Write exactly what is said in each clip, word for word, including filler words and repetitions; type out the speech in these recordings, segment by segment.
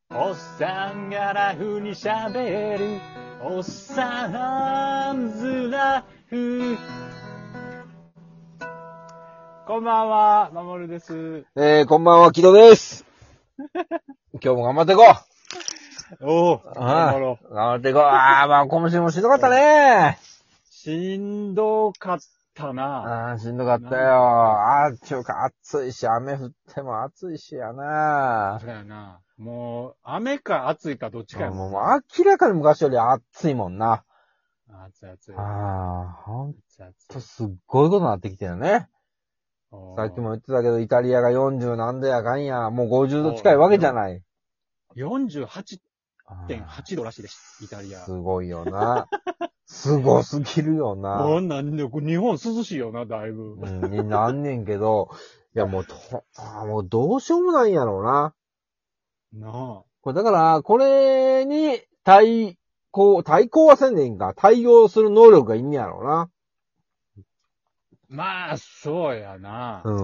おっさんがラフに喋るおっさんずラフ。こんばんは、まもるです。 えー、こんばんは、木戸です。今日も頑張っていこう。 おう、 ああ、 頑張ろう。 頑張っていこう。ああ、まあ今週もしんどかったね。 しんどかったな。 ああ、しんどかったよ。ああ、ちゅうか暑いし、雨降っても暑いしやな。 そうやな。もう、雨か暑いかどっちかやもんな。 もう明らかに昔より暑いもんな。 暑い暑い。 ああ、ほん暑い暑い。 とすっごいことになってきてるね。さっきも言ってたけど、イタリアがよんじゅうなんどやかんや、もうごじゅうど近いわけじゃない。 よんじゅうはちてんはちどらしいです、イタリア。 すごいよな。すごすぎるよな。 こんなんで、日本涼しいよな、だいぶ。 うん、になんねんけど、いやもうと、あもうどうしようもないんやろうな。 なあ。 これだから、これに対抗、対抗はせんでいいんか。対応する能力がいいんやろうな。 まあ、そうやな。 うん。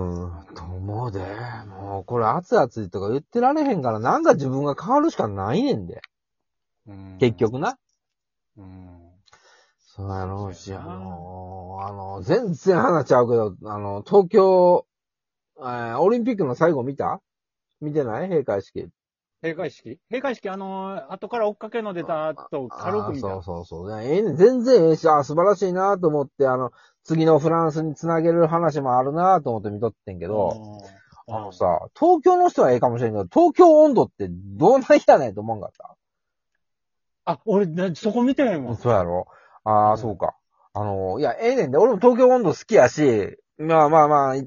と思うで。もうこれ熱々とか言ってられへんから、なんか自分が変わるしかないねんで。 うん、 結局な。 うん。 そうやろうし、あそうやなのー、あの、全然話しちゃうけど、あの、東京、えー、オリンピックの最後見た見てない閉会式。 閉会式閉会式、あのー、後から追っかけの出た後、軽く見た。 そうそうそう。ええね、全然ええし、あ、素晴らしいなと思って、あの、次のフランスにつなげる話もあるなと思って見とってんけど、あのさ、東京の人はええかもしれんけど、東京温度ってどうなんやねんと思うんかったあ、俺、そこ見てへんわ。 そうやろああ、うん、そうか。あの、いや、ええねんで、俺も東京温度好きやし、まあまあまあ、うん、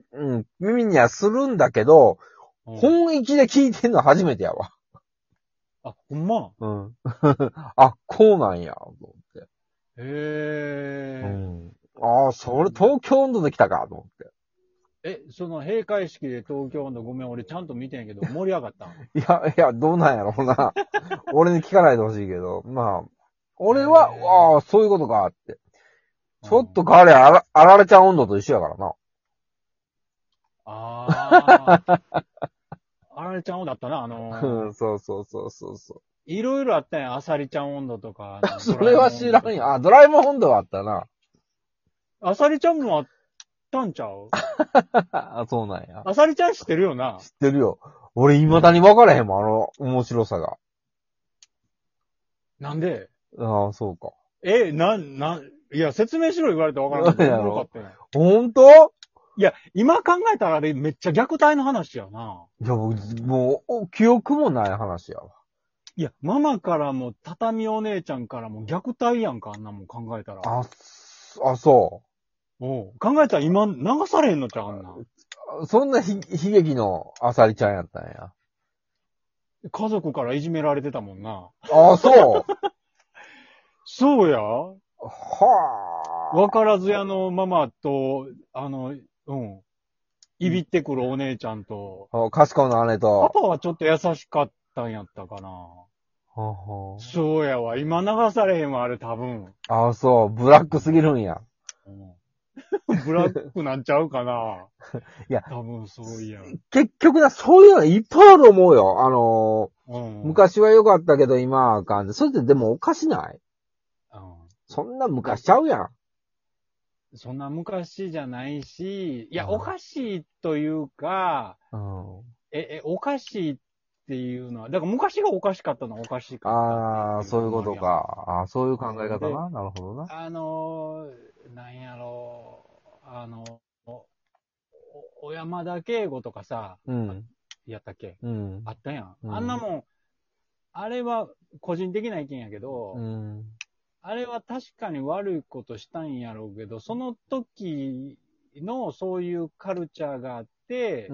耳にはするんだけど、うん、本域で聞いてんの初めてやわ。 あ、ほんまうん。あ、こうなんや、と思って。 へえ。 うん。ああ、それ東京温度で来たか、と思って。 え、その閉会式で東京温度ごめん、俺ちゃんと見てんけど、盛り上がったんいや、いや、どうなんやろうな。俺に聞かないでほしいけど、まあ、俺は、ああ、そういうことかって。ちょっと彼、あら、あられちゃん温度と一緒やからな。 ああ。あられちゃん温度だったな、あのー、 そうそうそうそうそう。 いろいろあったんや、あさりちゃん温度とか。 それは知らんよ。あ、ドラえもん温度はあったな。 あさりちゃんもあったんちゃうあ、そうなんや。 あさりちゃん知ってるよな。 知ってるよ。俺未だに分からへんもん、あの、面白さが。 なんでああ、そうか。 え、な、な、いや、説明しろ言われて分からんけど、おもろかったよ。 ほんといや、今考えたらあれめっちゃ虐待の話やな。 いや、もう、記憶もない話やわ。 いや、ママからも、畳お姉ちゃんからも虐待やんか、あんなもん考えたら。 あ、あ、そう。 おう考えたら今流されへんのちゃうあんな。 そんなひ悲劇のあさりちゃんやったんや。 家族からいじめられてたもんな。 ああ、そう。 そうや。 はあ。わからずやのママと、あの、うん。いびってくるお姉ちゃんと。 かしこの姉と。 パパはちょっと優しかったんやったかな。ははそうやわ。今流されへんわ、あれ多分。 ああ、そう。ブラックすぎるんや。 うん、ブラックなんちゃうかな。 いや、 多分そういや。 結局な、そういうのいっぱいあると思うよ。あのーうん、昔は良かったけど今はあかんで。それってでもおかしない、うん、そんな昔ちゃうやん。 そんな昔じゃないし、いや、うん、おかしいというか、うん、え、え、おかしいっていうのは、だから昔がおかしかったのはおかしかった。ああ、 そういうことか。ああ、そういう考え方な。なるほどな。 あのー、なんやろう、あの、小山田圭吾とかさ、うん、やったっけ、うん、あったやん。うん、あんなもん、あれは個人的な意見やけど、うん、あれは確かに悪いことしたんやろうけど、その時のそういうカルチャーがあって、うん、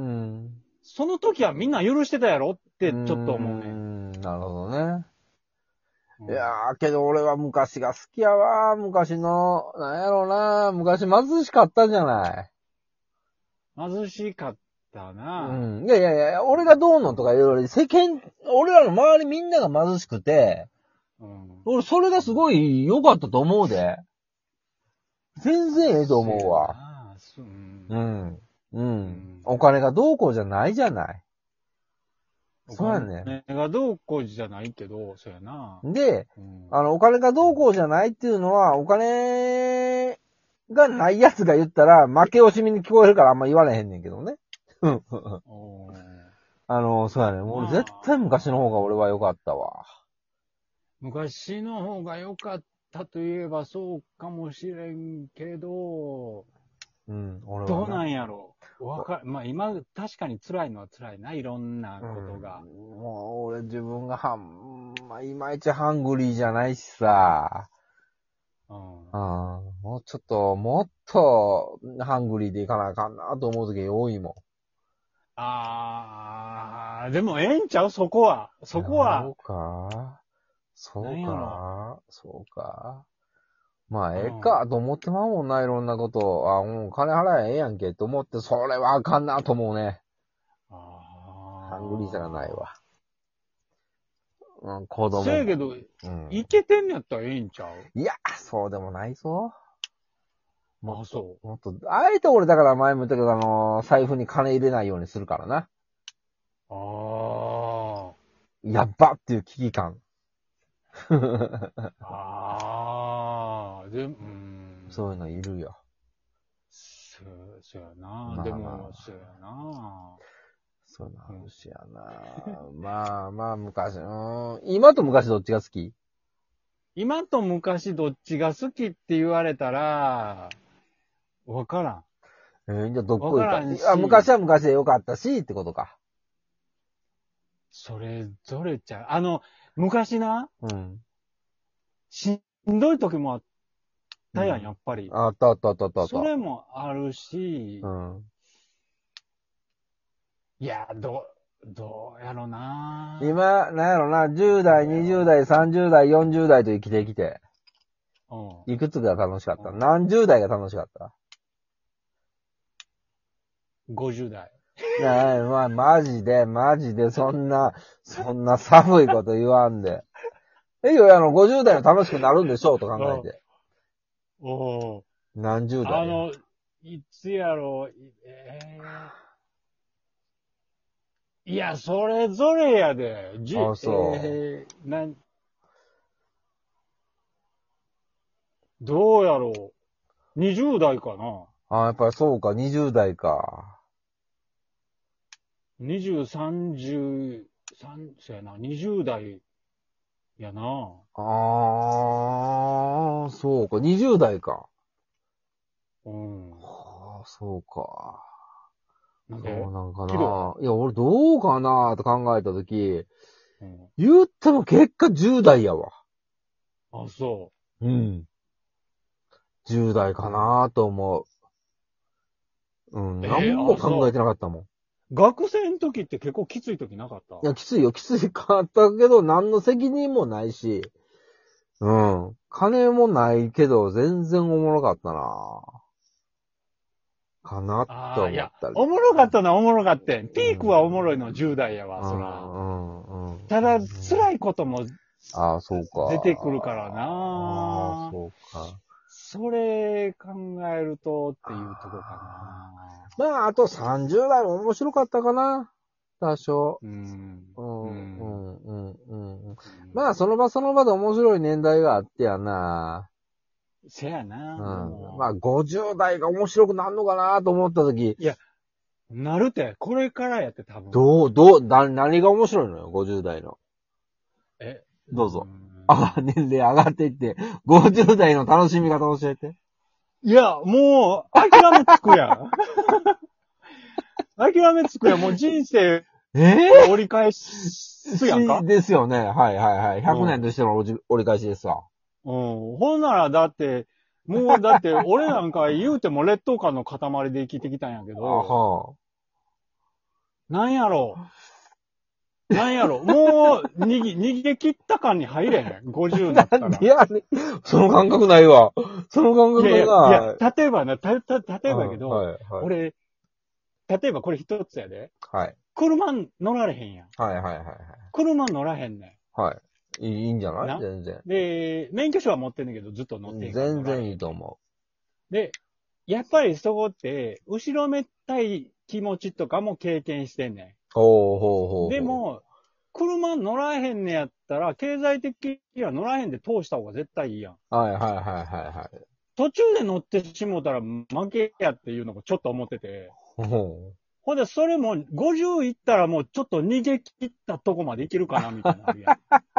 その時はみんな許してたやろってちょっと思うね。うん、 なるほどね。いやー、けど俺は昔が好きやわ。昔の、なんやろうな。昔貧しかったじゃない。 貧しかったな。 うん。いやいやいや、俺がどうのとか言うより、世間、俺らの周りみんなが貧しくて、うん、俺それがすごい良かったと思うで。全然ええと思うわ。うん。うん。うん。お金がどうこうじゃないじゃない。 そうやね。 お金がどうこうじゃないけど、そうやな。 で、 うん、 あの、お金がどうこうじゃないっていうのは、お金がないやつが言ったら、負け惜しみに聞こえるからあんま言われへんねんけどね。あの、そうやね。もう絶対昔の方が俺は良かったわ。 昔の方が良かったといえばそうかもしれんけど、 うん、俺は。 どうなんやろう。わかまあ今、確かに辛いのは辛いな、いろんなことが。 うん、もう俺自分がはん、まあ、いまいちハングリーじゃないしさ。うん。もうちょっと、もっとハングリーでいかなあかんなと思う時多いもん。 あー、でもええんちゃうそこは。そこは。 そうかそうかそうかまあ、ええかと思ってまうもんな、いろんなこと。あ、もう金払えええやんけと思って、それはあかんなと思うね。あハングリーさがないわ。うん、子供も。 せやけど、 うん、 いけてんのやったらええんちゃういや、そうでもないぞ。 もあ、そう。 もっと、あえて俺だから前も言ったけど、あのー、財布に金入れないようにするからな。 ああ。 やっばっていう危機感。 ああ、でも、うん。 そういうのいるよ。 そう、そうやな。まあ、 まあ、 でも、そうやな。 そういうのあるしやな。うん、まあまあ、昔、うん、今と昔どっちが好き？ 今と昔どっちが好きって言われたら、わからん。 えー、じゃあどっこいか。 わからんし。 あ、昔は昔でよかったし、ってことか。 それぞれちゃう。あの、昔な、 うん。 しんどい時もあったやん、やっぱり。 あったあったあったあった。 それもあるし、 うん。 いや、ど、どうやろな。 今、なんやろな、じゅう代、にじゅう代、さんじゅう代、よんじゅう代と生きてきて、 うん。 いくつが楽しかった？ うん何十代が楽しかった？ ごじゅう代。 いや、まあ、マジで、マジで、そんな、そんな寒いこと言わんで。えいよ、あの、ごじゅう代は楽しくなるんでしょうと考えて。 おお。 何十代？ あの、いつやろう、えー、いや、それぞれやで。じ、 あ、そう。 えー、なん、どうやろう。にじゅう代かな。 あ、やっぱりそうか、にじゅう代か。 にじゅう、さんじゅう、さん、そうやな、にじゅう代やな。 ああ、そうか、にじゅう代か。 うん。 はあ、そうか。 なんでそうなんかけど、 な。いや、俺どうかなと考えたとき、 うん、 言っても結果じゅう代やわ。 あ、そうん。じゅう代かなと思う。うん、 えー何も考えてなかったもん。 う。学生の時って結構きつい時なかったいや、きついよ、きついかったけど、何の責任もないし、うん。金もないけど、全然おもろかったなかなってああ、いや、 思ったり。 おもろかったのはおもろかったん。ピークはおうんもろいのじゅう代やわ、 うそら。 んうんうん。 ただ、辛いこともああ、そうか。 出てくるからああ、 な。 そうか。 それ考えるとっていうとこかまあ、あとさんじゅう代も面白かったかな。多少。 な。うん。 うん、 ううん、うん、うん。 ん。 まあ、その場その場で面白い年代があってやな。 せやな。 うん。 もまあ、ごじゅう代が面白くなんのかなと思ったとき。 いや、なるって、これからやって多分。 どう、どう、な、何が面白いのよ、ごじゅう代の。 えどうぞ。あ、年齢上がっていって、ごじゅう代の楽しみ方教えて。 いや、もう、諦めつくやん。諦めつくやん。もう人生、 ええー、折り返すやんか。 ですよね。はいはいはい。ひゃくねんとしての折り返しですわ。 うん。ほんなら、だって、もう、だって、俺なんか言うても劣等感の塊で生きてきたんやけあど、 はなんやろう。なんやろう。もう、逃げ、逃げ切った感に入れへん。ごじゅうになったら。 いや、その感覚ないわ。その感覚いやいや、 がいや、例えばな、た、た、例えばやけど、 はいはい、 俺、例えばこれ一つやで。 はい。 車乗られへんやん。 はいはいはいはい。 車乗らへんねはい。いいいいんじゃないな全然。 ん。で、免許証は持ってんねんけど、ずっと乗ってへんから全然いいと思で、やっぱりそこって、後ろめたい気持ちとかも経験してんねう。ほうほうほうほん。 う。 でも、 車乗らへんねやったら、経済的には乗らへんで通した方が絶対いいやん。 はいはいはいはいはい。 途中で乗ってしもたら負けやっていうのもちょっと思ってて。 ほほんで、それもごじゅういったらもうちょっと逃げ切ったとこまでいけるかな、みたいなのあるやん。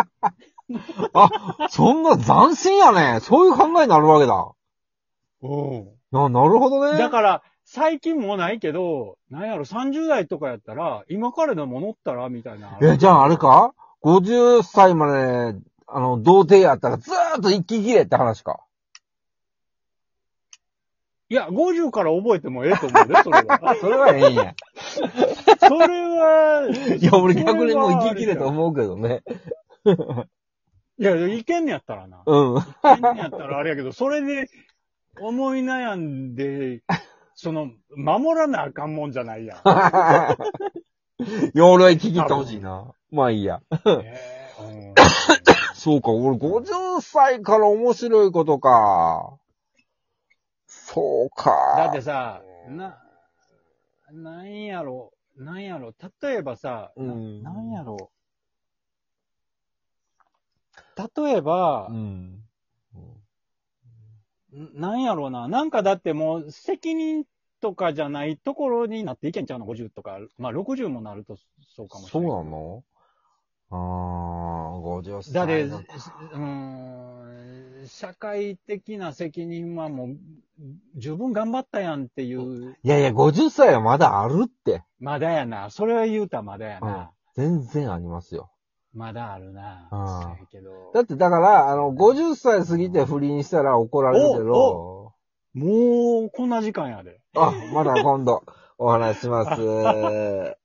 あ、そんな斬新やね。そういう考えになるわけだ。 うん。 な、なるほどね。 だから、最近もうないけど、なんやろ、さんじゅう代とかやったら、今からでも乗ったらみたいな。 え、じゃああれか ?ごじゅっさいまで、あの、童貞やったらずーっと生き切れって話か。 いや、ごじゅうから覚えてもええと思うね、それは。 それはええんや。 それは、 いや、俺逆にもう生き切れと思うけどね。 いや、いけんねやったらな。 うん。 いけんねやったらあれやけど、それで思い悩んで、その、守らなあかんもんじゃないやん。 いや、俺は生き切ってほしいな。まあいいや。 えーうん、 そうか、俺ごじゅっさいから面白いことか。そうか。 だってさ、な、なんやろ、なんやろ、例えばさ、 うん、 ななんやろ。例えば、 うん、 なんやろうな。なんかだってもう責任とかじゃないところになっていけんちゃうの ?ごじゅう とか。まあろくじゅうもなるとそうかもしれない。 そうなのああ、ごじゅっさい。 だって、うーん、社会的な責任はもう十分頑張ったやんっていう。 いやいや、ごじゅっさいはまだあるって。 まだやな。それは言うたらまだやな。 うん、全然ありますよ。 まだあるな。 あけどだってだから、あの、ごじゅっさい過ぎて不倫したら怒られるけど。 もう、こんな時間やで。 あ、まだ今度お話しします。